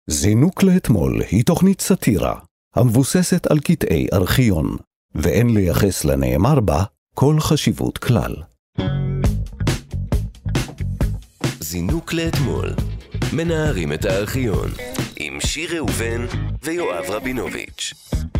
זינוק לאתמול היא תוכנית סאטירה, המבוססת על קטעי ארכיון, ואין לייחס לנאמר בה כל חשיבות כלל. זינוק לאתמול, מנערים את הארכיון, עם שיר ראובן ויואב רבינוביץ'.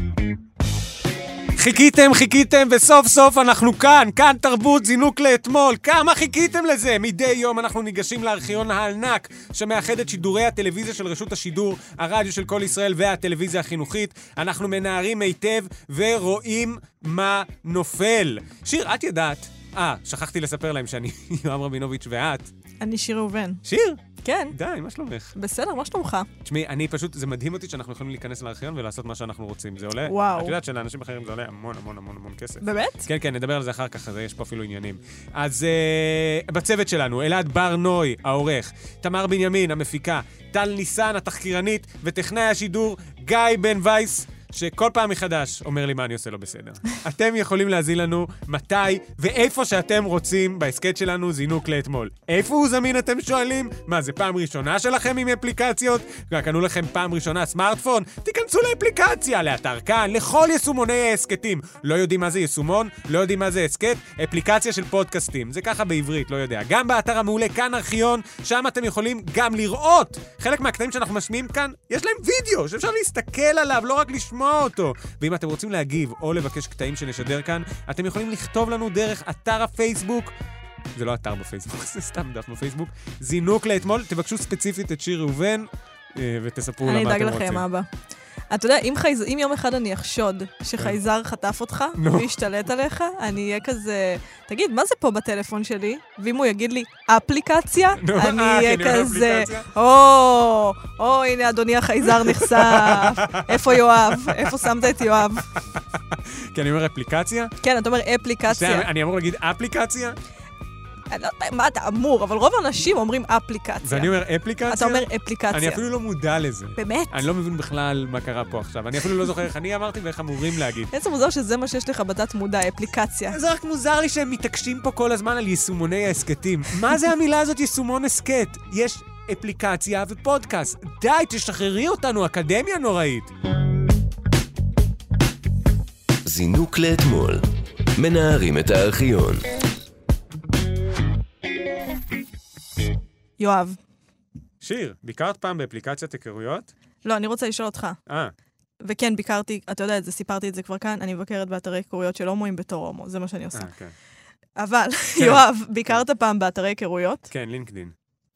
חיכיתם, וסוף סוף אנחנו כאן תרבות זינוק לאתמול. כמה חיכיתם לזה? מדי יום אנחנו ניגשים לארכיון הענק שמאחד את שידורי הטלוויזיה של רשות השידור, הרדיו של כל ישראל והטלוויזיה החינוכית. אנחנו מנערים היטב ורואים מה נופל. שיר, את ידעת? שכחתי לספר להם שאני יואב רבינוביץ' ואת. אני שיר ראובן. שיר? כן. די, מה שלומך? בסדר, מה שלומך? תשמעי, אני פשוט, זה מדהים אותי שאנחנו יכולים להיכנס לארכיון ולעשות מה שאנחנו רוצים. זה עולה, וואו. את יודעת שלאנשים אחרים זה עולה המון כסף. באמת? כן, נדבר על זה אחר כך, יש פה אפילו עניינים. אז בצוות שלנו, אלעד בר נוי, העורך, תמר בנימין, המפיקה, טל ניסן, התחקירנית, וטכנאי השידור, גיא בן וייס, שכל פעם מחדש אומר לי מה אני עושה לו בסדר. אתם יכולים להזין לנו מתי ואיפה שאתם רוצים בהסקט שלנו זינוק לאתמול. איפה הוא זמין אתם שואלים? מה, זה פעם ראשונה שלכם עם אפליקציות? קנו לכם פעם ראשונה סמארטפון? תיכנסו לאפליקציה, לאתר כאן, לכל יישומוני ההסקטים. לא יודעים מה זה יישומון? לא יודעים מה זה הסקט? אפליקציה של פודקאסטים. זה ככה בעברית, לא יודע. גם באתר המעולה כאן ארכיון, שם אתם יכולים גם לראות. חלק מהקטעים שאנחנו משמיעים כאן, יש להם וידאו שאפשר להסתכל עליו, לא רק לשמוע אותו. ואם אתם רוצים להגיב או לבקש קטעים שנשדר כאן, אתם יכולים לכתוב לנו דרך אתר הפייסבוק. זה לא אתר בפייסבוק, זה סתם דף בפייסבוק. זינוק לאתמול, תבקשו ספציפית את שיר ראובן, ותספרו למה אתם רוצים. אני אדאג לכם, אבא. אתה יודע, אם יום אחד אני אחשוד שחייזר חטף אותך והשתלט עליך, אני אהיה כזה, תגיד, מה זה פה בטלפון שלי? ואם הוא יגיד לי, אפליקציה, אני אהיה כזה, הנה אדוני החייזר נחשף, איפה יואב? איפה שמת את יואב? כי אני אומר אפליקציה? כן, אתה אומר אפליקציה. אני אמור להגיד אפליקציה? אני לא יודע מה אתה אמור, אבל רוב האנשים אומרים אפליקציה. ואני אומר אפליקציה? אתה אומר אפליקציה. אני אפילו לא מודע לזה. באמת? אני לא מבין בכלל מה קרה פה עכשיו. אני אפילו לא זוכר איך אני אמרתי ואיך אמורים להגיד. איזה מוזר שזה מה שיש לך בתת מודע, אפליקציה. זה רק מוזר לי שהם מתעקשים פה כל הזמן על יישומוני ההסקטים. מה זה המילה הזאת יישומון הסקט? יש אפליקציה ופודקאסט. די, תשחררי אותנו, אקדמיה נוראית. זינוק לאתמול, מנערים את הארכיון. יואב. שיר, ביקרת פעם באפליקציית היכרויות? לא, אני רוצה לשאול אותך. וכן, ביקרתי, אתה יודע את זה, סיפרתי את זה כבר כאן, אני מבקרת באתרי היכרויות של הומואים בתור הומו, זה מה שאני עושה. כן. אבל, יואב, ביקרת פעם באתרי היכרויות? כן, לינקדין.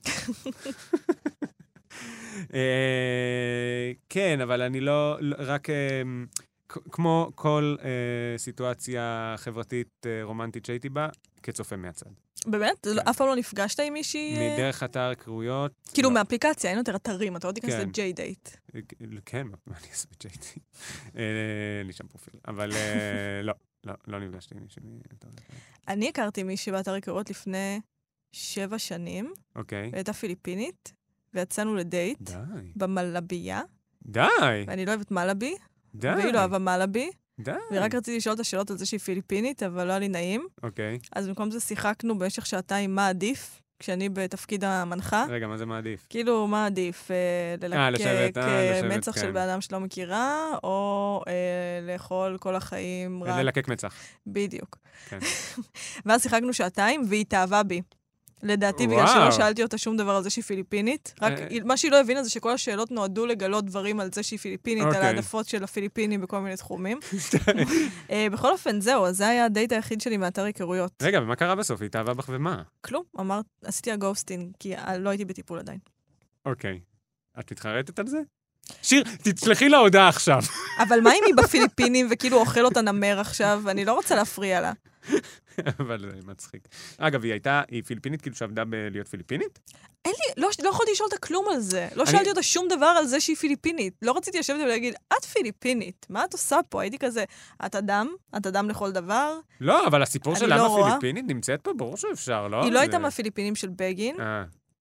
כן, אבל אני לא, רק כמו כל סיטואציה חברתית רומנטית שהייתי בה, כצופה מהצד. באמת? אף פעם לא נפגשת עם מישהי? מדרך אתר היכרויות. כאילו מאפליקציה, אין יותר אתרים, אתה לא תיכנס לג'יי-דייט. כן, מה אני אעשה בג'יי-דייט? אין לי שם פרופיל, אבל לא נפגשתי עם מישהי. אני הכרתי מישהי באתר היכרויות לפני 7 שנים. אוקיי. והייתה פיליפינית, ויצאנו לדייט. די. במלבייה. די. ואני לא אוהבת מלבי. די. והיא לא אהבה מלבי. די. ורק רציתי לשאול את השאלות על זה שהיא פיליפינית, אבל לא היה לי נעים. אוקיי. אז במקום זה שיחקנו במשך שעתיים מה עדיף, כשאני בתפקיד המנחה. רגע, מה זה מה עדיף? כאילו, מה עדיף? ללקק מצח של בן אדם שלא מכירה, או לאכול כל החיים רק... ללקק מצח. בדיוק. כן. ואז שיחקנו שעתיים, והיא התאהבה בי. לדעתי, בגלל שלא שאלתי אותה שום דבר על זה שהיא פיליפינית. רק מה שהיא לא הבינה זה שכל השאלות נועדו לגלות דברים על זה שהיא פיליפינית, על העדפות של הפיליפינים בכל מיני תחומים. בכל אופן, זהו, אז זה היה הדייט היחיד שלי מאתר היכרויות. רגע, ומה קרה בסוף? היא התאהבה בך ומה? כלום, עשיתי הגוסטינג, כי לא הייתי בטיפול עדיין. אוקיי. את מתחרטת על זה? שיר, תצלחי לה הודעה עכשיו. אבל מה אם היא בפיליפינים וכאילו אוכל אותה נמר עכשיו, ואני לא רוצה להפריע לה. אבל זה מצחיק. אגב, היא פיליפינית כאילו שעבדה בלהיות פיליפינית? לא יכולתי לשאול אותה כלום על זה. לא שאלתי אותה שום דבר על זה שהיא פיליפינית. לא רציתי לשבת ולהגיד, את פיליפינית, מה את עושה פה? הייתי כזה, את אדם לכל דבר. לא, אבל הסיפור של למה פיליפינית נמצאת פה, ברור שאפשר, לא? היא לא הייתה מהפיליפינים של בגין.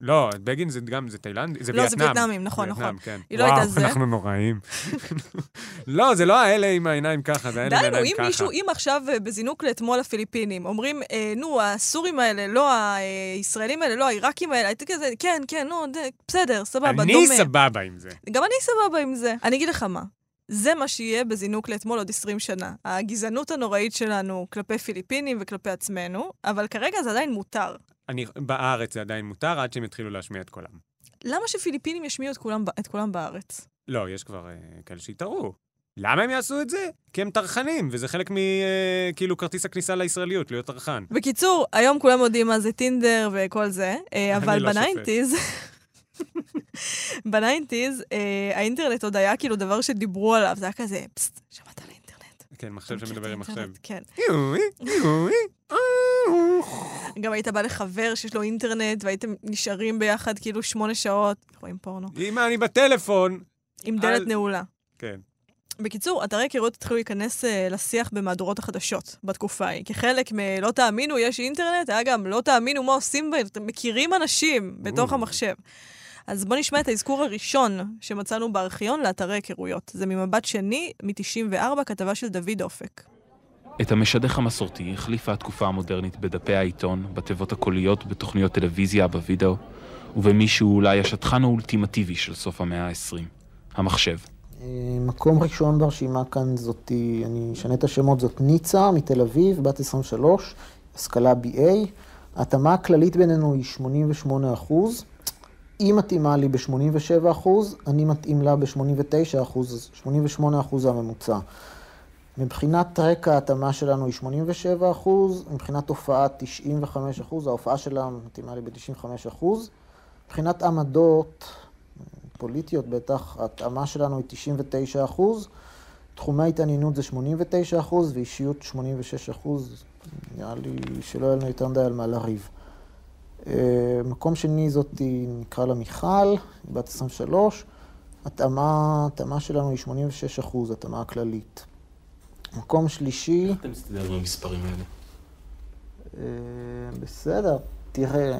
לא, בגין זה גם, זה תאילנד, זה וייטנאם. לא, זה וייטנאמים, נכון, נכון. כן. היא לא הייתה זה. וואו, אנחנו נוראים. לא, זה לא האלה עם העיניים ככה, זה האלה עם העיניים ככה. דיינו, אם מישהו, אם עכשיו בזינוק לאתמול הפיליפינים, אומרים, נו, הסורים האלה, לא הישראלים האלה, לא העיראקים האלה, הייתי כזה, כן, כן, נו, בסדר, סבבה, דומה. אני סבבה עם זה. גם אני סבבה עם זה. אני אגיד לך מה. זה מה שיהיה בזינוק לאתמול עוד 20 שנה. הגזענות הנוראית שלנו כלפי פיליפינים וכלפי עצמנו, אבל כרגע זה עדיין מותר. בארץ זה עדיין מותר, עד שהם יתחילו להשמיע את קולם. למה שפיליפינים ישמיעו את כולם בארץ? לא, יש כבר כאלה שיתראו. למה הם יעשו את זה? כי הם טרחנים, וזה חלק כאילו כרטיס הכניסה לישראליות, להיות טרחן. בקיצור, היום כולם יודעים מה זה טינדר וכל זה, אבל בניינטיז, האינטרנט עוד היה כאילו דבר שדיברו עליו, זה היה כזה, פסט, שמעת על האינטרנט. כן, מחשב שמדבר עם מחשב. כן. גם היית בא לחבר שיש לו אינטרנט, והייתם נשארים ביחד כאילו 8 שעות. רואים פורנו. אמא, אני בטלפון. עם דלת נעולה. כן. בקיצור, אתרי היכרויות התחילו להיכנס לשיח במהדורות החדשות בתקופה ההיא. כחלק מלא תאמינו, יש אינטרנט, היה גם לא תאמינו מה עושים בהם, אתם מכירים אנשים בתוך המחשב. אז בוא נשמע את האזכור הראשון שמצאנו בארכיון לאתרי היכרויות. זה ממבט שני, מ-94, כתבה של דוד אופק. את המשדך המסורתי החליפה התקופה המודרנית בדפי העיתון, בתיבות הקוליות, בתוכניות טלוויזיה, בווידאו, ובמישהו אולי השטחן האולטימטיבי של סוף המאה ה-20, המחשב. מקום ראשון ברשימה כאן זאתי, אני אשנה את השמות, זאת ניצה מתל אביב, בת 23, השכלה BA. ההתאמה הכללית בינינו היא 88%. היא מתאימה לי ב-87%, אני מתאים לה ב-89%, 88% זה הממוצע. מבחינת רקע ההתאמה שלנו היא 87%, מבחינת הופעה 95%, ההופעה שלה מתאימה לי ב-95%. מבחינת עמדות פוליטיות בטח, ההתאמה שלנו היא 99%, תחומי ההתעניינות זה 89% ואישיות 86%, נראה לי שלא היה לנו יותר מדי על מה לריב. מקום שני זאת נקרא לה מיכל, בת 23, התאמה שלנו היא 86%, התאמה הכללית. מקום שלישי... איך אתם מסתדרים עם המספרים האלה? בסדר, תראה,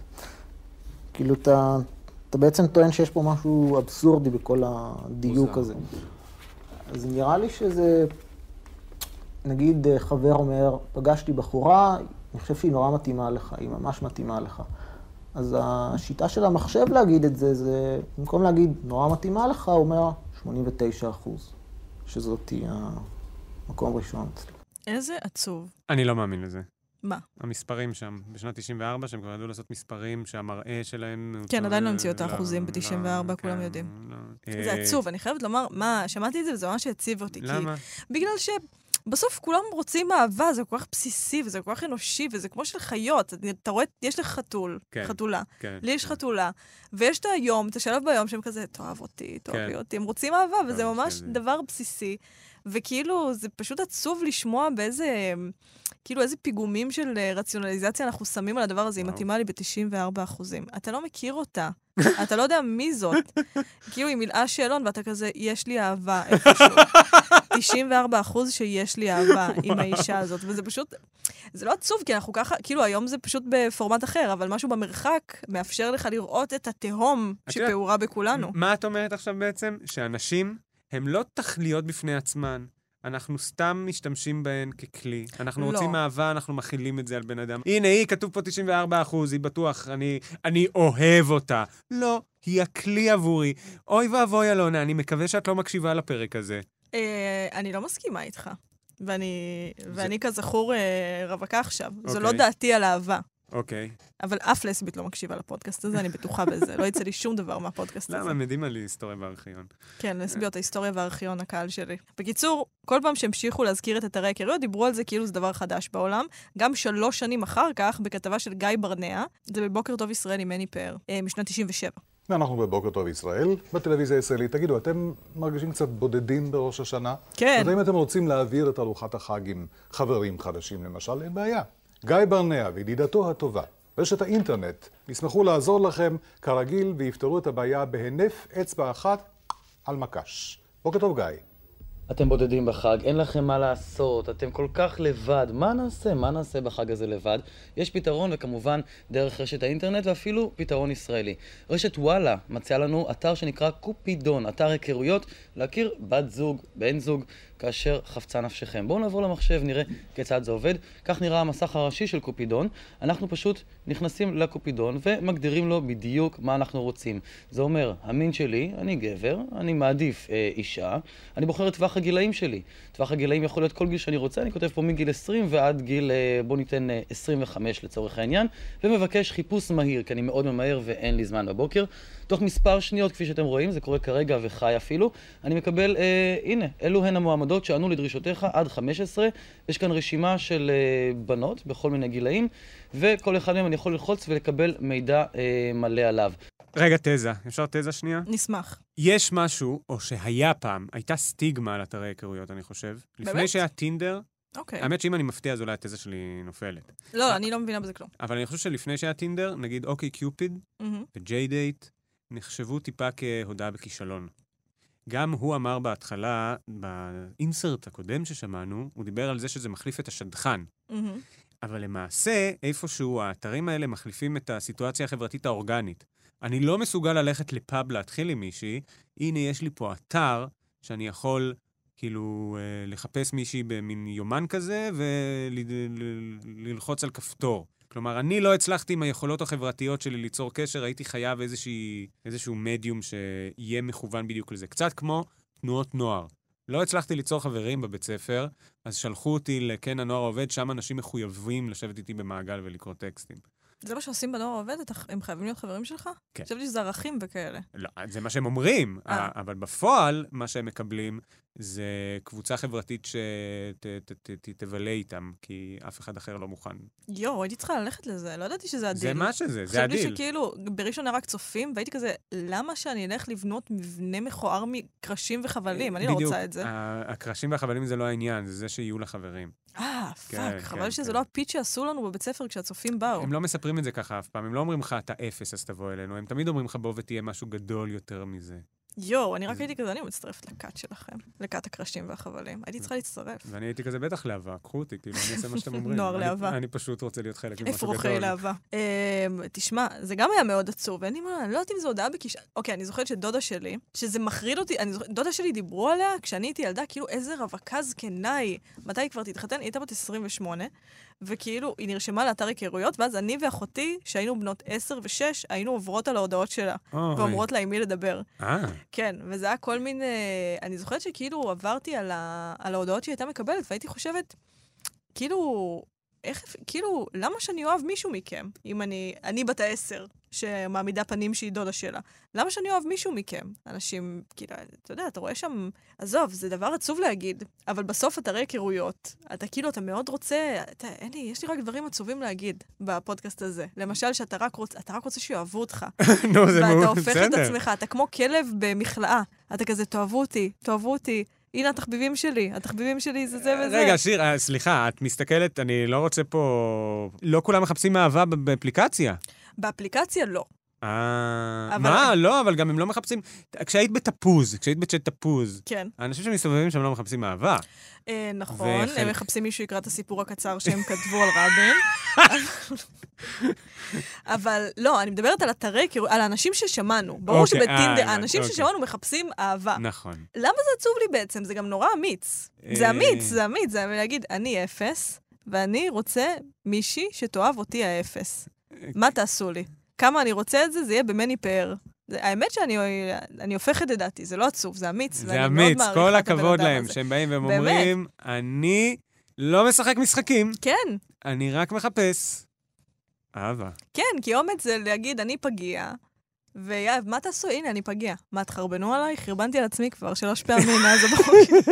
כאילו אתה בעצם טוען שיש פה משהו אבסורדי בכל הדיוק הזה. אז נראה לי שזה, נגיד חבר אומר, פגשתי בחורה, אני חושב שהיא נורא מתאימה לך, היא ממש מתאימה לך. אז השיטה של המחשב להגיד את זה, זה במקום להגיד נורא מתאימה לך, הוא אומר 89%, שזאת היא המקום ראשון אצלי. איזה עצוב. אני לא מאמין לזה. מה? המספרים שם, בשנת 94, שהם כבר ידעו לעשות מספרים שהמראה שלהם... כן, עדיין לא המציאו את האחוזים ב-94, כולם יודעים. זה עצוב, אני חייבת לומר, שמעתי את זה וזה ממש הציב אותי. למה? בגלל שבסוף כולם רוצים אהבה, זה כל כך בסיסי וזה כל כך אנושי וזה כמו של חיות. אתה רואה, יש לך חתולה. לי יש חתולה, ויש את היום, את השלב ביום שהם כזה, תאהב אותי, תאהבי אותי. הם רוצים אהבה וזה ממש דבר בסיסי. וכאילו, זה פשוט עצוב לשמוע באיזה... כאילו איזה פיגומים של רציונליזציה אנחנו שמים על הדבר הזה, היא מתאימה לי ב-94%. אתה לא מכיר אותה, אתה לא יודע מי זאת. כאילו היא מילאה שאלון ואתה כזה, יש לי אהבה איפשהו. 94% שיש לי אהבה עם האישה הזאת, וזה פשוט, זה לא עצוב, כי אנחנו ככה, כאילו היום זה פשוט בפורמט אחר, אבל משהו במרחק מאפשר לך לראות את התהום שפעורה בכולנו. מה את אומרת עכשיו בעצם? שאנשים הם לא תכליות בפני עצמן. אנחנו סתם משתמשים בהן ככלי. אנחנו רוצים אהבה, אנחנו מכילים את זה על בן אדם. הנה, היא, כתוב פה 94%, היא בטוח, אני אוהב אותה. לא, היא הכלי עבורי. אוי ואבוי אלונה, אני מקווה שאת לא מקשיבה לפרק הזה. אני לא מסכימה איתך. ואני כזכור רווקה עכשיו. זו לא דעתי על אהבה. אוקיי. אבל אף לסבית לא מקשיבה לפודקאסט הזה, אני בטוחה בזה. לא יצא לי שום דבר מהפודקאסט הזה. למה? הם יודעים על היסטוריה והארכיון. כן, לסביות, ההיסטוריה והארכיון, הקהל שלי. בקיצור, כל פעם שהמשיכו להזכיר את אתרי היכרויות, דיברו על זה כאילו זה דבר חדש בעולם. גם 3 שנים אחר כך, בכתבה של גיא ברנע, זה בבוקר טוב ישראל עם מני פאר, משנת 97. אנחנו בבוקר טוב ישראל, בטלוויזיה הישראלית. תגידו, אתם מרגישים קצת בודדים בראש השנה? כן. אם אתם רוצים להעביר את ארוחת החג עם חברים חדשים, למשל, אין בעיה. גיא ברנע וידידתו הטובה, רשת האינטרנט, ישמחו לעזור לכם כרגיל ויפתרו את הבעיה בהינף אצבע אחת על מקש. בוקר טוב, גיא. אתם בודדים בחג, אין לכם מה לעשות, אתם כל כך לבד, מה נעשה? מה נעשה בחג הזה לבד? יש פתרון, וכמובן דרך רשת האינטרנט ואפילו פתרון ישראלי. רשת וואלה מציעה לנו אתר שנקרא קופידון, אתר היכרויות, להכיר בת זוג, בן זוג, כאשר חפצה נפשכם. בואו נעבור למחשב, נראה כיצד זה עובד. כך נראה המסך הראשי של קופידון. אנחנו פשוט נכנסים לקופידון ומגדירים לו בדיוק מה אנחנו רוצים. זה אומר, המין שלי, אני גבר, אני מעדיף אישה, אני בוחר את טווח הגילאים שלי. טווח הגילאים יכול להיות כל גיל שאני רוצה, אני כותב פה מגיל 20 ועד גיל, בוא ניתן 25 לצורך העניין, ומבקש חיפוש מהיר, כי אני מאוד ממהר ואין לי זמן בבוקר. תוך מספר שניות, כפי שאתם רואים, זה קורה כרגע וחי אפילו, אני מקבל, הנה, אלו הן המועמדות שענו לדרישותיך עד 15. יש כאן רשימה של בנות בכל מיני גילאים, וכל אחד מהם אני יכול ללחוץ ולקבל מידע מלא עליו. רגע, תזה. אפשר תזה שנייה? נשמח. יש משהו, או שהיה פעם, הייתה סטיגמה על אתרי היכרויות, אני חושב. באמת? לפני שהיה טינדר, אוקיי. האמת שאם אני מפתיע, אז אולי התזה שלי נופלת. לא, אני לא מבינה בזה כלום. אבל אני חושב שלפני שהיה טינדר, נגיד אוקיי קיופיד וג'יי דייט, נחשבו טיפה כהודעה בכישלון. גם הוא אמר בהתחלה, באינסרט הקודם ששמענו, הוא דיבר על זה שזה מחליף את השדכן. אבל למעשה, איפשהו האתרים האלה מחליפים את הסיטואציה החברתית האורגנית. אני לא מסוגל ללכת לפאב להתחיל עם מישהי, הנה יש לי פה אתר שאני יכול כאילו לחפש מישהי במין יומן כזה וללחוץ על כפתור. כלומר, אני לא הצלחתי עם היכולות החברתיות שלי ליצור קשר, הייתי חייב איזשהו מדיום שיהיה מכוון בדיוק לזה. קצת כמו תנועות נוער. לא הצלחתי ליצור חברים בבית ספר, אז שלחו אותי לכן הנוער העובד, שם אנשים מחויבים לשבת איתי במעגל ולקרוא טקסטים. זה מה שעושים בנוער העובד? הם חייבים להיות חברים שלך? כן. חשבתי שזה ערכים וכאלה. לא, זה מה שהם אומרים, אבל בפועל, מה שהם מקבלים זה קבוצה חברתית שתבלה איתם, כי אף אחד אחר לא מוכן. הייתי צריכה ללכת לזה, לא ידעתי שזה הדיל. זה מה שזה, זה הדיל. חשבתי שכאילו, בראשון רק צופים, והייתי כזה, למה שאני אלך לבנות מבנה מכוער מקרשים וחבלים? אני לא רוצה את זה. הקרשים והחבלים זה לא העניין, זה שיהיו לחברים. פאק, חבל שזה לא הפיץ' שעשו לנו בבית ספר כשהצופים באו. הם לא מספרים את זה ככה אף פעם, הם לא אומרים לך, אתה אפס, אז תבוא אלינו, הם תמיד אומרים לך, בוא ותהיה משהו גדול יותר מזה. אני רק הייתי כזה, אני מצטרפת לקאט שלכם, לקאט הקרשים והחבלים. הייתי צריכה להצטרף. ואני הייתי כזה בטח להבה, קחו אותי, כאילו, אני אעשה מה שאתם אומרים. נוער להבה. אני פשוט רוצה להיות חלק ממשהו גדול. אפרוחי להבה. תשמע, זה גם היה מאוד עצוב, ואני לא יודעת אם זו הודעה אוקיי, אני זוכרת שדודה שלי, שזה מחריד אותי, דודה שלי דיברו עליה, כשאני הייתי ילדה, כאילו איזה רווקה זקנה היא. מתי היא כבר תתחתן? היא הייתה בת 28, וכאילו היא נרשמה לאתר היכרויות, ואז אני ואחותי, שהיינו בנות 10 ו6, היינו עוברות על ההודעות שלה, ואומרות לה עם מי לדבר. כן, וזה היה כל מיני... אני זוכרת שכאילו עברתי על ההודעות שהיא הייתה מקבלת, והייתי חושבת, כאילו, למה שאני אוהב מישהו מכם? אם אני בת 10, שמעמידה פנים שהיא דודה שלה. למה שאני אוהב מישהו מכם? אנשים, כאילו, אתה יודע, אתה רואה שם, עזוב, זה דבר עצוב להגיד, אבל בסוף אתרי היכרויות, אתה מאוד רוצה, יש לי רק דברים עצובים להגיד בפודקאסט הזה. למשל, שאתה רק רוצה שיאהבו אותך. ואתה הופך את עצמך, אתה כמו כלב במכלאה. אתה כזה, תאהבו אותי. הנה התחביבים שלי זה וזה. רגע, שיר, סליחה, את מסתכלת, אני לא רוצה פה... לא כולם מחפשים אהבה באפליקציה. באפליקציה לא. מה? לא, אבל גם הם לא מחפשים... כשהיית בתפוז, בצ'אט תפוז, כן. האנשים שמסתובבים שם לא מחפשים אהבה. נכון, הם מחפשים מישהו יקרא את הסיפור הקצר שהם כתבו על רבין. אבל לא, אני מדברת על אתרי, על האנשים ששמענו. ברור שבטינדר, האנשים ששמענו מחפשים אהבה. נכון. למה זה עצוב לי בעצם? זה גם נורא אמיץ. זה אמיץ. זה להגיד, אני אפס, ואני רוצה מישהי שתאהב אותי האפס. מה תעשו לי? כמה אני רוצה את זה, זה יהיה במני פאר. האמת שאני הופכת את דעתי, זה לא עצוב, זה אמיץ. זה אמיץ, כל הכבוד להם, שהם באים והם אומרים, אני לא משחק משחקים. כן. אני רק מחפש אהבה. כן, כי אומץ זה להגיד, אני פגיע, ומה תעשו? הנה, אני פגיע. מה, תחרבנו עליי? חרבנתי על עצמי כבר 3 פעמים מאז הבוקר.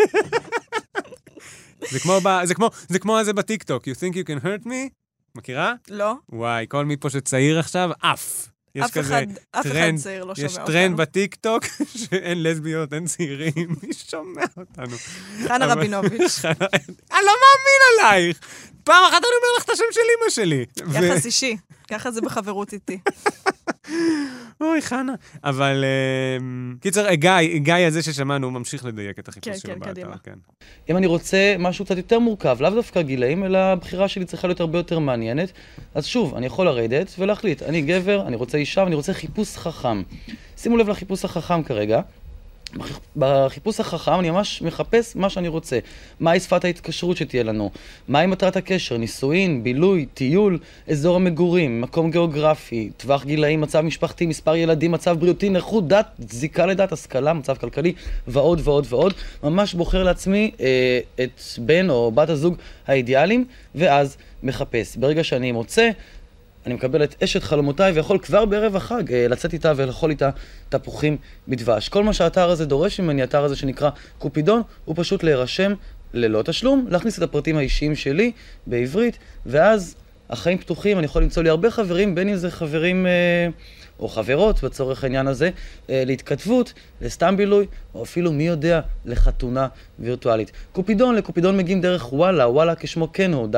זה כמו הזה בטיקטוק, you think you can hurt me? מכירה? לא. וואי, כל מי פה שצעיר עכשיו, אף אחד צעיר לא שומע אותנו. יש טרנד בטיקטוק שאין לסביות, אין צעירים, מי שומע אותנו? חנה רבינוביץ'. אני לא מאמין עלייך. פעם אחת אני אומר לך את השם של אמא שלי. יחס אישי, ככה זה בחברות איתי. אוי, חנה. אבל, קיצר, גיא הזה ששמענו, הוא ממשיך לדייק את החיפוש שלו באתר. כן. אם אני רוצה משהו קצת יותר מורכב, לאו דווקא גילאים, אלא הבחירה שלי צריכה להיות הרבה יותר מעניינת, אז שוב, אני יכול לרדת ולהחליט, אני גבר, אני רוצה אישה, ואני רוצה חיפוש חכם. שימו לב לחיפוש החכם כרגע. בחיפוש החכם אני ממש מחפש מה שאני רוצה. מהי שפת ההתקשרות שתהיה לנו? מהי מטרת הקשר? נישואין, בילוי, טיול, אזור המגורים, מקום גיאוגרפי, טווח גילאים, מצב משפחתי, מספר ילדים, מצב בריאותי, נכות, דת, זיקה לדת, השכלה, מצב כלכלי, ועוד ועוד ועוד. ממש בוחר לעצמי את בן או בת הזוג האידיאליים, ואז מחפש. ברגע שאני מוצא, אני מקבל את אשת חלומותיי ויכול כבר בערב החג לצאת איתה ולאכול איתה תפוחים בדבש. כל מה שהאתר הזה דורש ממני, האתר הזה שנקרא קופידון, הוא פשוט להירשם ללא תשלום, להכניס את הפרטים האישיים שלי בעברית, ואז החיים פתוחים, אני יכול למצוא לי הרבה חברים, בין אם זה חברים או חברות בצורך העניין הזה, להתכתבות, לסתם בילוי, או אפילו מי יודע, לחתונה וירטואלית. קופידון, לקופידון מגיעים דרך וואלה, וואלה כשמו כן הוא,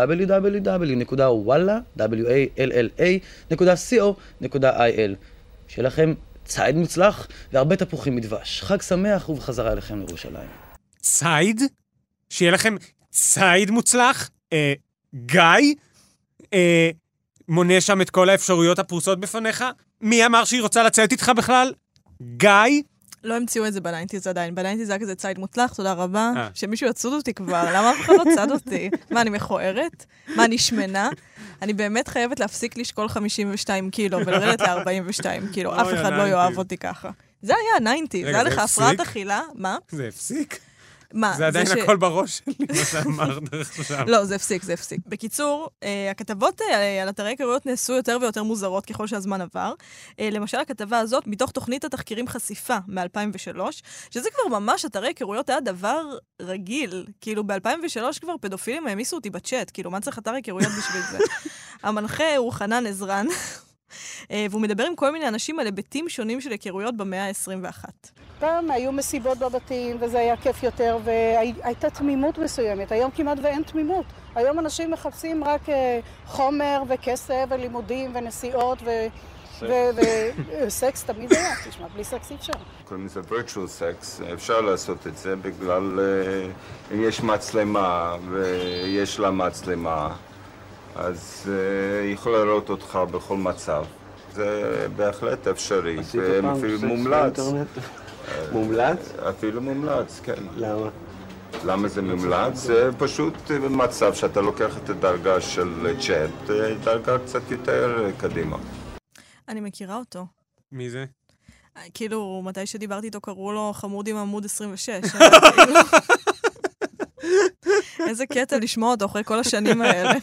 www.walla.co.il. שיהיה לכם צייד מוצלח והרבה תפוחים מדבש. חג שמח ובחזרה אליכם לירושלים. צייד? שיהיה לכם צייד מוצלח? גיא? מונה שם את כל האפשרויות הפרוסות בפניך? מי אמר שהיא רוצה לצאת איתך בכלל? גיא? לא המציאו את זה בניינטיז עדיין. בניינטיז זה היה כזה צייד מוצלח, תודה רבה. שמישהו יצוד אותי כבר, למה אף אחד לא צד אותי? מה, אני מכוערת? מה, אני שמנה? אני באמת חייבת להפסיק לשקול 52 קילו ולרדת ל-42 קילו. אף אחד לא יאהב אותי ככה. זה היה הניינטיז, זה היה לך הפרעת אכילה. מה? זה הפסיק? מה? זה עדיין הכל בראש שלי, מה שאמרת עכשיו. לא, זה הפסיק. בקיצור, הכתבות על אתרי היכרויות נעשו יותר ויותר מוזרות ככל שהזמן עבר. למשל, הכתבה הזאת, מתוך תוכנית התחקירים חשיפה מ-2003, שזה כבר ממש, אתרי היכרויות היה דבר רגיל. כאילו, ב-2003 כבר פדופילים העמיסו אותי בצ'אט, כאילו, מה צריך אתר היכרויות בשביל זה? המנחה הוא חנן עזרן, והוא מדבר עם כל מיני אנשים על היבטים שונים של היכרויות במאה ה-21. פעם היו מסיבות בבתים, וזה היה כיף יותר, והייתה תמימות מסוימת. היום כמעט ואין תמימות. היום אנשים מחפשים רק חומר וכסף ולימודים ונסיעות וסקס תמיד היה. תשמע, בלי סקס אי אפשר. קוראים לזה virtual sex. אפשר לעשות את זה בגלל אם יש מצלמה ויש לה מצלמה, אז היא יכולה לראות אותך בכל מצב. זה בהחלט אפשרי, ואפילו מומלץ. מומלץ? אפילו מומלץ, כן. למה? למה זה מומלץ? זה פשוט מצב שאתה לוקח את הדרגה של צ'אט, דרגה קצת יותר קדימה. אני מכירה אותו. מי זה? כאילו, מתי שדיברתי איתו קראו לו חמוד עם עמוד 26. איזה קטע לשמוע אותו אחרי כל השנים האלה.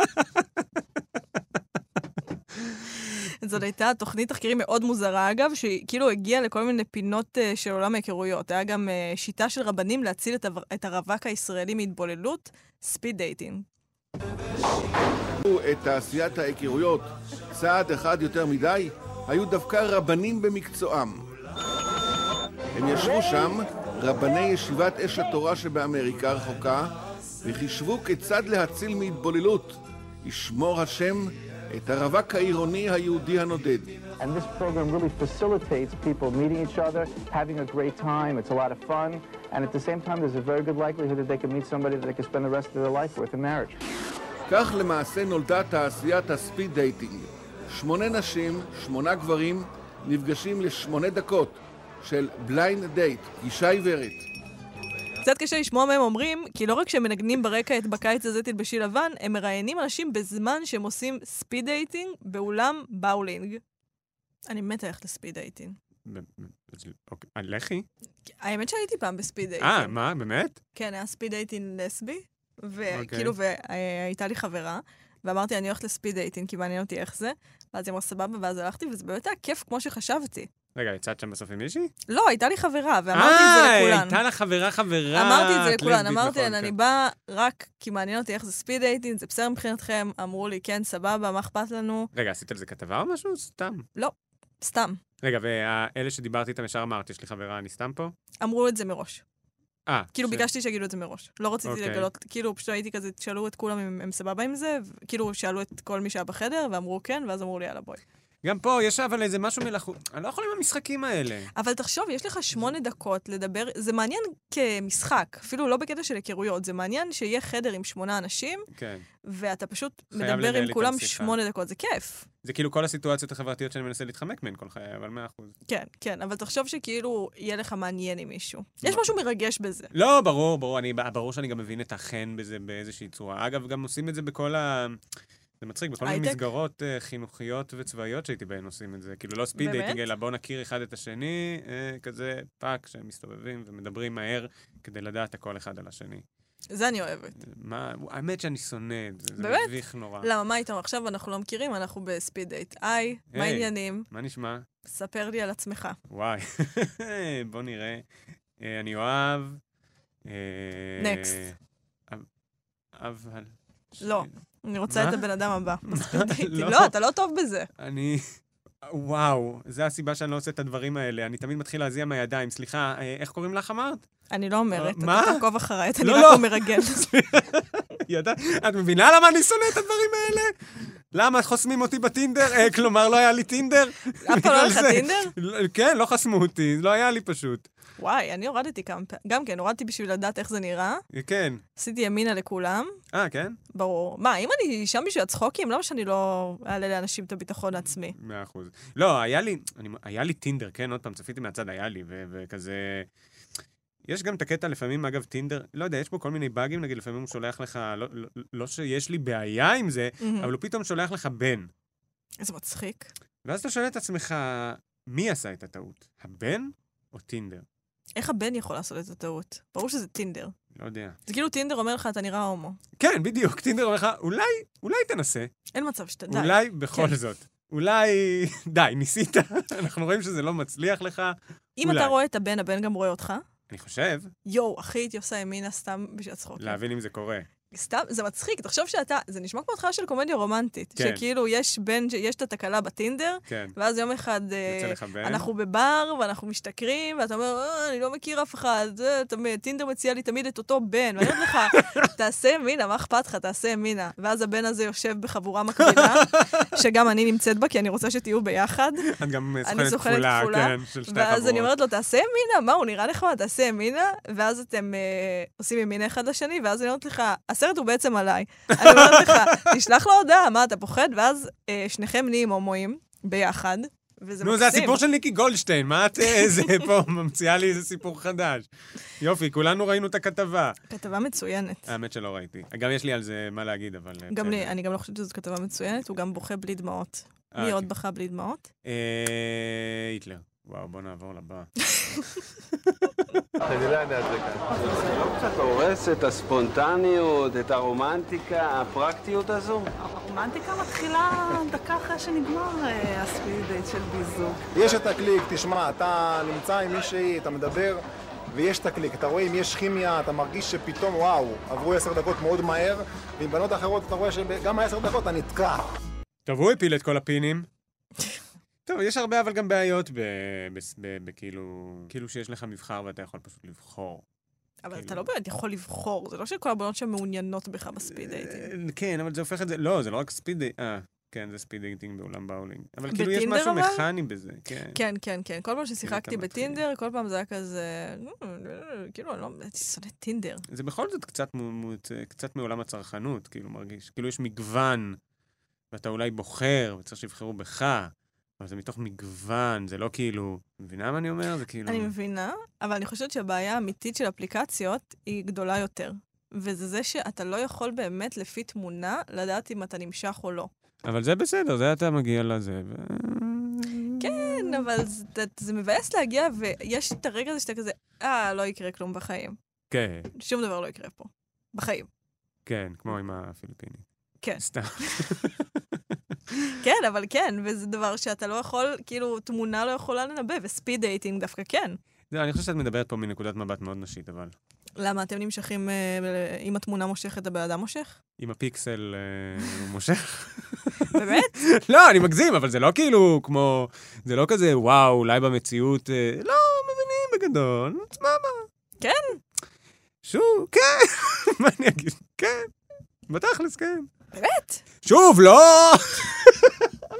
זאת הייתה תוכנית תחקירים מאוד מוזרה, אגב, שהיא כאילו הגיעה לכל מיני פינות של עולם ההיכרויות. היה גם שיטה של רבנים להציל את הרווק הישראלי מהתבוללות, ספיד דייטינג. את תעשיית ההיכרויות צעד אחד יותר מדי, היו דווקא רבנים במקצועם. הם ישבו שם, רבני ישיבת אש התורה שבאמריקה הרחוקה, וחישבו כיצד להציל מהתבוללות, ישמור השם את הרווק העירוני היהודי הנודד. And this program really facilitates people meeting each other, having a great time. It's a lot of fun, and at the same time there's a very good likelihood that they can meet somebody that they can spend the rest of their life with in marriage. כך למעשה נולדה תעשיית הספיד דייטינג. 8 נשים, 8 גברים, נפגשים ל8 דקות של בליינד דייט, גישה עיוורת. קצת קשה לשמוע מהם אומרים, כי לא רק שהם מנגנים ברקע את בקיץ הזה תלבשי לבן, הם מראיינים אנשים בזמן שהם עושים ספיד דייטינג באולם באולינג. אני מתה ללכת לספיד דייטינג. לכי? האמת שהייתי פעם בספיד דייטינג. מה? באמת? כן, היה ספיד דייטינג לסבי, וכאילו, והייתה לי חברה, ואמרתי, אני הולכת לספיד דייטינג, כי מעניין אותי איך זה, ואז היא אמרה סבבה, ואז הלכתי, וזה באמת היה כיף כמו שחשבתי. רגע, יצאת שם בסוף עם מישהי? לא, הייתה לי חברה, ואמרתי את זה לכולן. הייתה לך חברה. אמרתי את זה לכולן, אמרתי להן, אני באה רק כי מעניין אותי איך זה ספיד דייטינג, זה בסדר מבחינתכם, אמרו לי, כן, סבבה, מה אכפת לנו? רגע, עשית על זה כתבה או משהו? סתם. לא, סתם. רגע, ואלה שדיברתי איתם ישר אמרתי, יש לי חברה, אני סתם פה? אמרו את זה מראש. כאילו ביקשתי שיגידו את זה מראש. לא רציתי לגלות, כאילו פשוט הייתי כזה, שאלו את כולם אם הם סבבה עם זה, כאילו שאלו את כל מי שהיה בחדר, ואמרו כן, ואז אמרו לי, יאללה בואי. גם פה יש אבל איזה משהו אני לא יכול עם המשחקים האלה. אבל תחשוב, יש לך 8 דקות לדבר, זה מעניין כמשחק, אפילו לא בקטע של היכרויות, זה מעניין שיהיה חדר עם 8 אנשים, כן. ואתה פשוט מדבר עם כולם 8 דקות, זה כיף. זה כאילו כל הסיטואציות החברתיות שאני מנסה להתחמק מהן כל חיי, אבל 100%. כן, כן, אבל תחשוב שכאילו יהיה לך מעניין עם מישהו. יש משהו מרגש בזה. לא, ברור, ברור שאני גם מבין את החן בזה באיזושהי צורה. אגב, גם עושים את זה בכל זה מצחיק, בכל מיני מסגרות חינוכיות וצבאיות שהייתי בהן עושים את זה. כאילו לא ספיד דייטינג, אלא בואו נכיר אחד את השני, כזה פאק שהם מסתובבים ומדברים מהר כדי לדעת הכל אחד על השני. זה אני אוהבת. האמת שאני שונא את זה, זה מביך נורא. למה, מה איתם? עכשיו אנחנו לא מכירים, אנחנו בספיד דייט. היי, מה העניינים? מה נשמע? ספר לי על עצמך. וואי, בוא נראה. אני אוהב. נקסט. אבל... לא, אני רוצה את הבן אדם הבא. בספיד דייטים. לא, אתה לא טוב בזה. וואו, זה הסיבה שאני לא עושה את הדברים האלה. אני תמיד מתחיל להזיע מהידיים. סליחה, איך קוראים לך אמרת? אני לא אומרת. מה? אתה תעקוב אחריי, אתה נראה כמו מרגל. את מבינה למה אני שונא את הדברים האלה? למה חוסמים אותי בטינדר? כלומר, לא היה לי טינדר? אף פעם לא היה לך טינדר? כן, לא חסמו אותי, לא היה לי פשוט. וואי, אני הורדתי כמה פעמים. גם כן, הורדתי בשביל לדעת איך זה נראה. כן. עשיתי ימינה לכולם. כן? ברור. מה, אם אני שם בשביל הצחוקים, למה שאני לא אעלה לאנשים את הביטחון העצמי? 100%. לא, היה לי טינדר, כן, עוד פעם, צפיתי מהצד, היה לי, וכזה... יש גם את הקטע, לפעמים, אגב, טינדר, לא יודע, יש פה כל מיני באגים, נגיד, לפעמים הוא שולח לך, לא שיש לי בעיה עם זה, אבל הוא פתאום שולח לך בן. איזה מצחיק. ואז אתה שואל את עצמך, מי עשה את הטעות? הבן או טינדר? איך הבן יכול לעשות את הטעות? ברור שזה טינדר. לא יודע. זה כאילו טינדר אומר לך, אתה נראה הומו. כן, בדיוק, טינדר אומר לך, אולי תנסה. אין מצב שאתה די. אולי בכל זאת. אולי, די, ניסית, אנחנו רואים שזה לא מצליח לך. אם אתה רואה את הבן גם רואה אותך. אני חושב. יואו, אחי, הייתי עושה ימינה סתם בשביל הצחוק. להבין אם זה קורה. סתם, זה מצחיק. תחשוב שאתה, זה נשמע כמו התחלה של קומדיה רומנטית. כן. שכאילו יש את התקלה בטינדר, כן. ואז יום אחד אנחנו בבר, ואנחנו משתכרים, ואתה אומר, אני לא מכיר אף אחד, טינדר מציע לי תמיד את אותו בן, ואני אומרת לך, תעשה ימינה, מה אכפת לך? תעשה ימינה. ואז הבן הזה יושב בחבורה מקבילה, שגם אני נמצאת בה, כי אני רוצה שתהיו ביחד. את גם סוכנת כפולה, כן, של שתי חבורות. ואז אני אומרת לו, תעשה ימינה, מה, הוא נראה לך, תעשה ימינה, ואז אתם עושים ימינה אחד לשני, ואז אני אומרת לך, הסרט הוא בעצם עליי. אני אומרת לך, תשלח לו הודעה, מה, אתה פוחד? ואז שניכם נהיים הומואים ביחד, וזה מקסים. זה הסיפור של ניקי גולדשטיין, מה את איזה פה ממציאה לי איזה סיפור חדש? יופי, כולנו ראינו את הכתבה. כתבה מצוינת. האמת שלא ראיתי. גם יש לי על זה מה להגיד, אבל... גם לי, אני גם לא חושבת שזו כתבה מצוינת, הוא גם בוכה בלי דמעות. מי עוד בכה בלי דמעות? היטלר. וואו, בוא נעבור לבא. אני לא יודע את זה כאן. זה לא קצת הורס את הספונטניות, את הרומנטיקה, הפרקטיות הזו? הרומנטיקה מתחילה דקה אחרי שנגמר הספיד דייט של ביזוק. יש את הקליק, תשמע, אתה נמצא עם מישהי, אתה מדבר, ויש את הקליק. אתה רואה אם יש כימיה, אתה מרגיש שפתאום, וואו, עברו 10 דקות מאוד מהר, ועם בנות אחרות אתה רואה שגם 10 דקות אתה נתקע. טוב, הוא הפיל את כל הפינים. טוב, יש הרבה אבל גם בעיות כאילו שיש לך מבחר ואתה יכול פשוט לבחור. אבל אתה לא באמת יכול לבחור, זה לא שכל הבנות שמעוניינות בך בספיד דייטינג. כן, אבל זה הופך את זה, לא, זה לא רק ספיד דייטינג, כן, זה ספיד דייטינג בעולם באולינג. אבל כאילו יש משהו מכני בזה, כן. כן, כן, כן. כל פעם ששיחקתי בטינדר, כל פעם זה היה כזה, כאילו, אני לא, הייתי שונא טינדר. זה בכל זאת קצת מעולם הצרכנות, כאילו מרגיש, כאילו יש מגוון, ואתה אולי בוחר, וצריך שיבחרו בך. אבל זה מתוך מגוון, זה לא כאילו... מבינה מה אני אומר? זה כאילו... אני מבינה, אבל אני חושבת שהבעיה האמיתית של אפליקציות היא גדולה יותר. וזה זה שאתה לא יכול באמת לפי תמונה לדעת אם אתה נמשך או לא. אבל זה בסדר, זה אתה מגיע לזה. כן, אבל זה מבאס להגיע, ויש את הרגע הזה שאתה כזה, לא יקרה כלום בחיים. כן. שום דבר לא יקרה פה. בחיים. כן, כמו עם הפיליפינים. כן. סתם. כן, אבל כן, וזה דבר שאתה לא יכול, כאילו, תמונה לא יכולה לנבא, וספיד דייטינג דווקא כן. אני חושב שאת מדברת פה מנקודת מבט מאוד נשית, אבל... למה? אתם נמשכים, אם התמונה מושכת, הבן אדם מושך? אם הפיקסל הוא מושך. באמת? לא, אני מגזים, אבל זה לא כאילו כמו... זה לא כזה, וואו, אולי במציאות... לא, מבינים בגדול, מה? כן. שוב, כן. מה אני אגיד? כן. בתכלס, כן. באמת? שוב, לא! אבל תראה!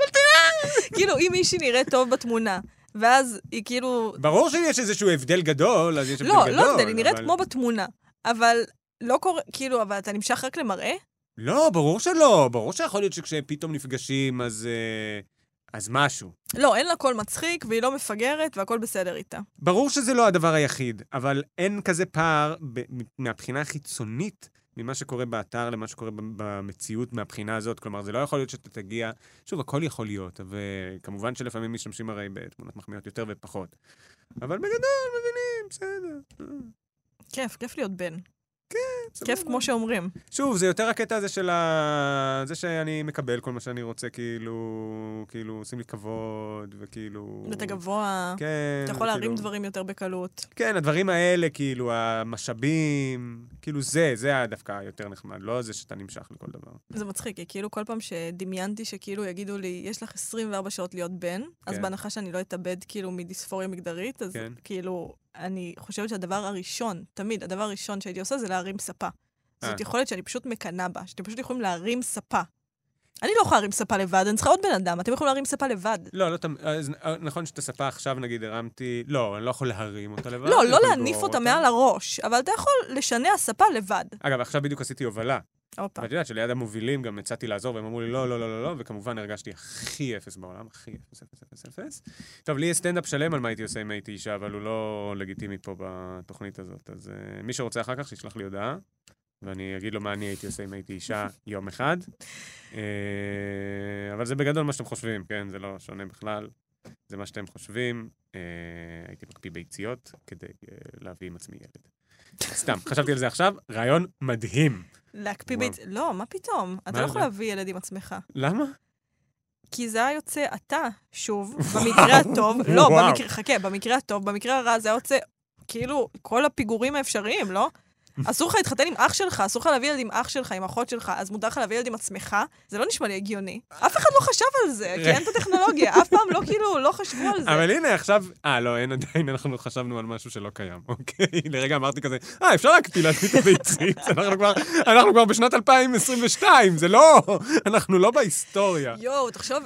כאילו, אם מישהי נראית טוב בתמונה, ואז היא כאילו... ברור שיש איזשהו הבדל גדול, אז יש הבדל גדול. לא הבדל, היא נראית כמו בתמונה, אבל לא קורה, כאילו, אבל אתה נמשך רק למראה? לא, ברור שלא. ברור שיכול להיות שכשפתאום נפגשים, אז משהו. לא, אין לה קול מצחיק, והיא לא מפגרת, והכל בסדר איתה. ברור שזה לא הדבר היחיד, אבל אין כזה פער מהבחינה החיצונית, ממה שקורה באתר למה שקורה במציאות מהבחינה הזאת. כלומר, זה לא יכול להיות שאתה תגיע... שוב, הכל יכול להיות, וכמובן שלפעמים משתמשים הרי בתמונות מחמיאות יותר ופחות. אבל בגדול, מבינים, בסדר. כיף להיות בן. כן. כיף כמו שאומרים. שוב, זה יותר הקטע הזה של זה שאני מקבל כל מה שאני רוצה, כאילו, עושים לי כבוד, וכאילו... אתה גבוה, כן, אתה יכול להרים דברים יותר בקלות. כן, הדברים האלה, כאילו, המשאבים, כאילו זה דווקא יותר נחמד, לא זה שאתה נמשך לכל דבר. זה מצחיק, כי כאילו כל פעם שדמיינתי שכאילו יגידו לי, יש לך 24 שעות להיות בן, אז בהנחה שאני לא אתאבד כאילו מדיספוריה מגדרית, אז כאילו... אני חושבת שהדבר הראשון, תמיד, הדבר הראשון שהייתי עושה זה להרים ספה. זאת יכולת שאני פשוט מקנה בה, שאתם פשוט יכולים להרים ספה. אני לא יכולה להרים ספה לבד, אני צריכה עוד בן אדם, אתם יכולים להרים ספה לבד. לא, נכון שאת הספה עכשיו, נגיד, הרמתי, לא, אני לא יכול להרים אותה לבד. לא להניף אותה מעל הראש, אבל אתה יכול לשנע ספה לבד. אגב, עכשיו בדיוק עשיתי הובלה. ואת יודעת שליד המובילים גם הצעתי לעזור, והם אמרו לי לא, וכמובן הרגשתי הכי אפס בעולם, הכי אפס. טוב, לי יש סטנדאפ שלם על מה הייתי עושה אם הייתי אישה, אבל הוא לא לגיטימי פה בתוכנית הזאת. אז מי שרוצה אחר כך, שישלח לי הודעה, ואני אגיד לו מה אני הייתי עושה אם הייתי אישה יום אחד. אבל זה בגדול מה שאתם חושבים, כן? זה לא שונה בכלל. זה מה שאתם חושבים. הייתי מקפיא ביציות כדי להביא עם עצמי ילד. סתם, חשבתי על זה עכשיו, רעיון מדהים. להקפיא ביציות? לא, מה פתאום? אתה לא יכול להביא ילד עם עצמך. למה? כי זה היה יוצא אתה, שוב, במקרה הטוב, לא, חכה, במקרה הטוב, במקרה הרע זה היה יוצא, כאילו, כל הפיגורים האפשריים, לא? אסור לך להתחתן עם אח שלך, אסור לך להביא ילד עם אח שלך, עם אחות שלך, אז מותר לך להביא ילד עם עצמך, זה לא נשמע לי הגיוני. אף אחד לא חשב על זה, כי אין את הטכנולוגיה, אף פעם לא כאילו, לא חשבו על זה. אבל הנה, עכשיו, לא, אין עדיין, אנחנו חשבנו על משהו שלא קיים, אוקיי? לרגע אמרתי כזה, אפשר להקפיא להקפיא את הביצית, אנחנו כבר בשנת 2022, זה לא, אנחנו לא בהיסטוריה. יואו, תחשוב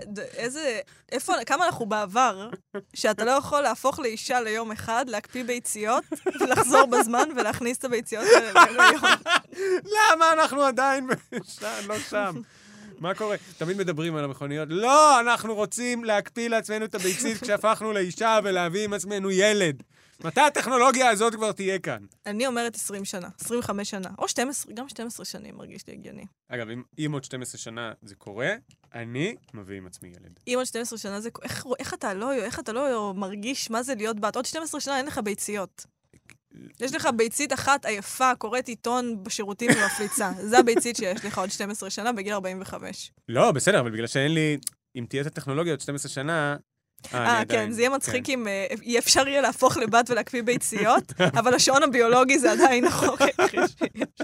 כמה אנחנו בעבר, שאתה לא יכול להפוך לאישה ליום אחד, להקפיא ביציות, ולחזור בזמן ולהכניס את הביציות ליום. למה אנחנו עדיין לא שם? מה קורה? תמיד מדברים על המכוניות. לא, אנחנו רוצים להקפיא לעצמנו את הביצית כשהפכנו לאישה ולהביא עם עצמנו ילד. מתי הטכנולוגיה הזאת כבר תהיה כאן? אני אומרת 20 שנה, 25 שנה, או 12, גם 12 שנים מרגיש לי הגיוני. אגב, אם עוד 12 שנה זה קורה, אני מביא עם עצמי ילד. אם עוד 12 שנה זה... איך אתה לא מרגיש מה זה להיות בת? עוד 12 שנה אין לך ביציות. יש לך ביצית אחת עייפה, קוראת עיתון בשירותים ומפליצה. זה הביצית שיש לך עוד 12 שנה בגיל 45. לא, בסדר, אבל בגלל שאין לי... אם תהיה את הטכנולוגיה עוד 12 שנה... כן, זה יהיה מצחיק אם אפשר יהיה להפוך לבת ולהקפיא ביציות, אבל השעון הביולוגי זה עדיין החוק היחיד שיש.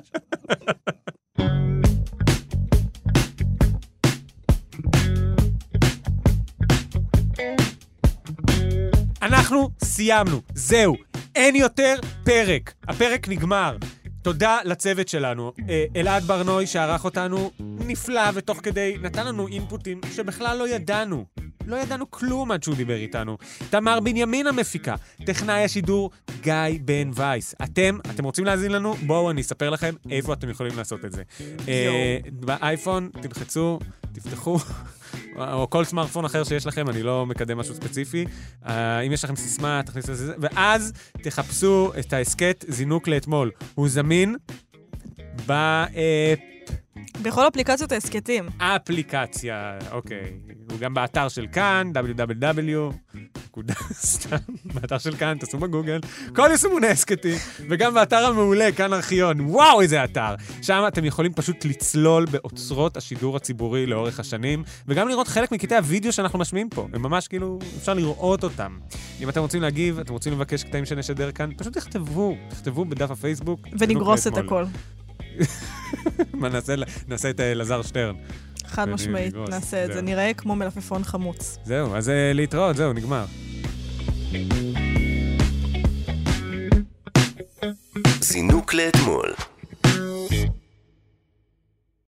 אנחנו סיימנו, זהו, אין יותר פרק, הפרק נגמר. תודה לצוות שלנו, אלעד ברנוי שערך אותנו נפלא ותוך כדי נתן לנו אינפוטים שבכלל לא ידענו. לא ידענו כלום עד שהוא דיבר איתנו. תמר בנימין המפיקה, טכנאי השידור גיא בן וייס. אתם רוצים להזין לנו? בואו אני אספר לכם איפה אתם יכולים לעשות את זה. באייפון תלחצו, תפתחו, או כל סמארטפון אחר שיש לכם, אני לא מקדם משהו ספציפי. אם יש לכם סיסמה, תכניסו את זה, ואז תחפשו את העסקת זינוק לאתמול. הוא זמין בכל אפליקציות העסקתים. אפליקציה, אוקיי. הוא גם באתר של כאן, באתר של כאן, תעשו בגוגל, כל יישומוני העסקתים, וגם באתר המעולה, כאן ארכיון. וואו, איזה אתר! שם אתם יכולים פשוט לצלול באוצרות השידור הציבורי לאורך השנים, וגם לראות חלק מקטעי הוידאו שאנחנו משמיעים פה. הם ממש כאילו, אפשר לראות אותם. אם אתם רוצים להגיב, אתם רוצים לבקש קטעים שנשדר כאן, פשוט תכתבו בדף הפייסבוק. ונגרוס את הכל. מה נעשה את אלעזר שטרן. חד משמעית, נעשה את זה. נראה כמו מלפפון חמוץ. זהו, אז להתראות, זהו, נגמר. זינוק לאתמול.